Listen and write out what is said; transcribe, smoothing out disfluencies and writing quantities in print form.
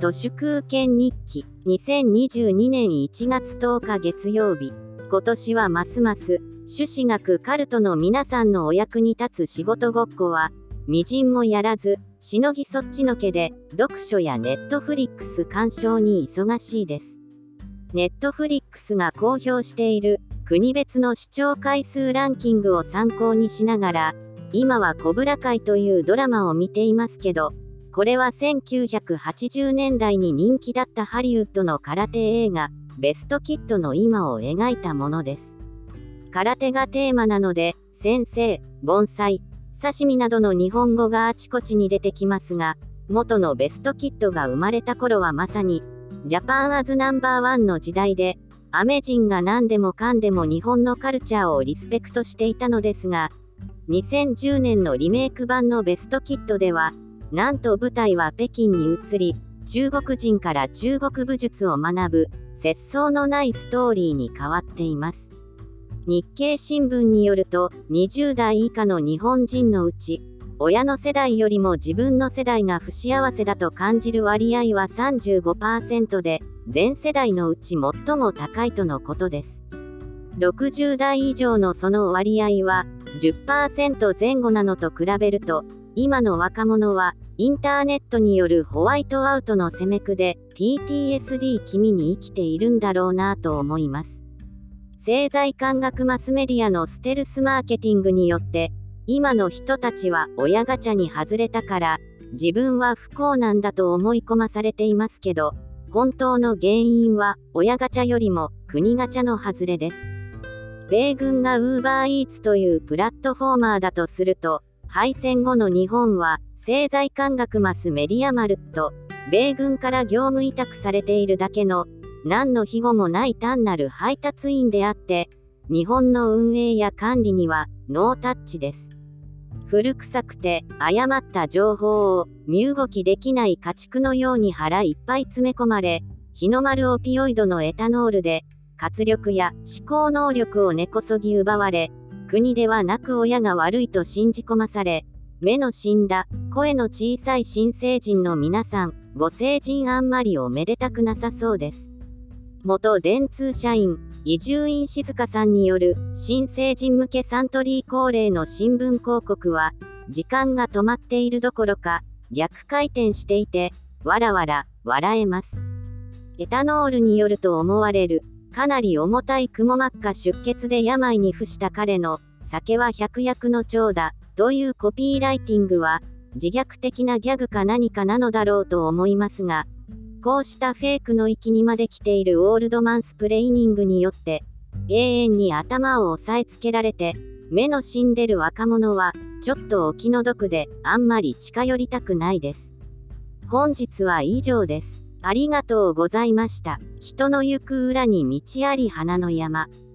都市空権日記2022年1月10日月曜日。今年はますます朱子学カルトの皆さんのお役に立つ仕事ごっこはみじんもやらず、しのぎそっちのけで読書やネットフリックス鑑賞に忙しいです。ネットフリックスが公表している国別の視聴回数ランキングを参考にしながら、今はコブラ会というドラマを見ていますけど、これは1980年代に人気だったハリウッドの空手映画ベストキッドの今を描いたものです。空手がテーマなので、先生、盆栽、刺身などの日本語があちこちに出てきますが、元のベストキッドが生まれた頃はまさにジャパンアズナンバーワンの時代で、アメ人が何でもかんでも日本のカルチャーをリスペクトしていたのですが、2010年のリメイク版のベストキッドでは、なんと舞台は北京に移り、中国人から中国武術を学ぶ、節操のないストーリーに変わっています。日経新聞によると、20代以下の日本人のうち、親の世代よりも自分の世代が不幸せだと感じる割合は 35% で、全世代のうち最も高いとのことです。60代以上のその割合は 10% 前後なのと比べると、今の若者はインターネットによるホワイトアウトの責め苦で PTSD 気味に生きているんだろうなぁと思います。政財官学マスメディアのステルスマーケティングによって、今の人たちは親ガチャに外れたから自分は不幸なんだと思い込まされていますけど、本当の原因は親ガチャよりも国ガチャの外れです。米軍が UberEats というプラットフォーマーだとすると、敗戦後の日本は政財官学マスメディアマルと米軍から業務委託されているだけの何の庇護もない単なる配達員であって、日本の運営や管理にはノータッチです。古臭くて誤った情報を身動きできない家畜のように腹いっぱい詰め込まれ、日の丸オピオイドのエタノールで活力や思考能力を根こそぎ奪われ、国ではなく親が悪いと信じ込まされ、目の死んだ声の小さい新成人の皆さん、ご成人あんまりおめでたくなさそうです。元電通社員伊集院静香さんによる新成人向けサントリー恒例の新聞広告は、時間が止まっているどころか逆回転していて、わらわら笑えます。エタノールによると思われるかなり重たいくも膜下出血で病に伏した彼の酒は百薬の長だというコピーライティングは自虐的なギャグか何かなのだろうと思いますが、こうしたフェイクの域にまで来ているオールドマンスプレイニングによって永遠に頭を押さえつけられて、目の死んでる若者はちょっとお気の毒であんまり近寄りたくないです。本日は以上です。ありがとうございました。人の行く裏に道あり花の山。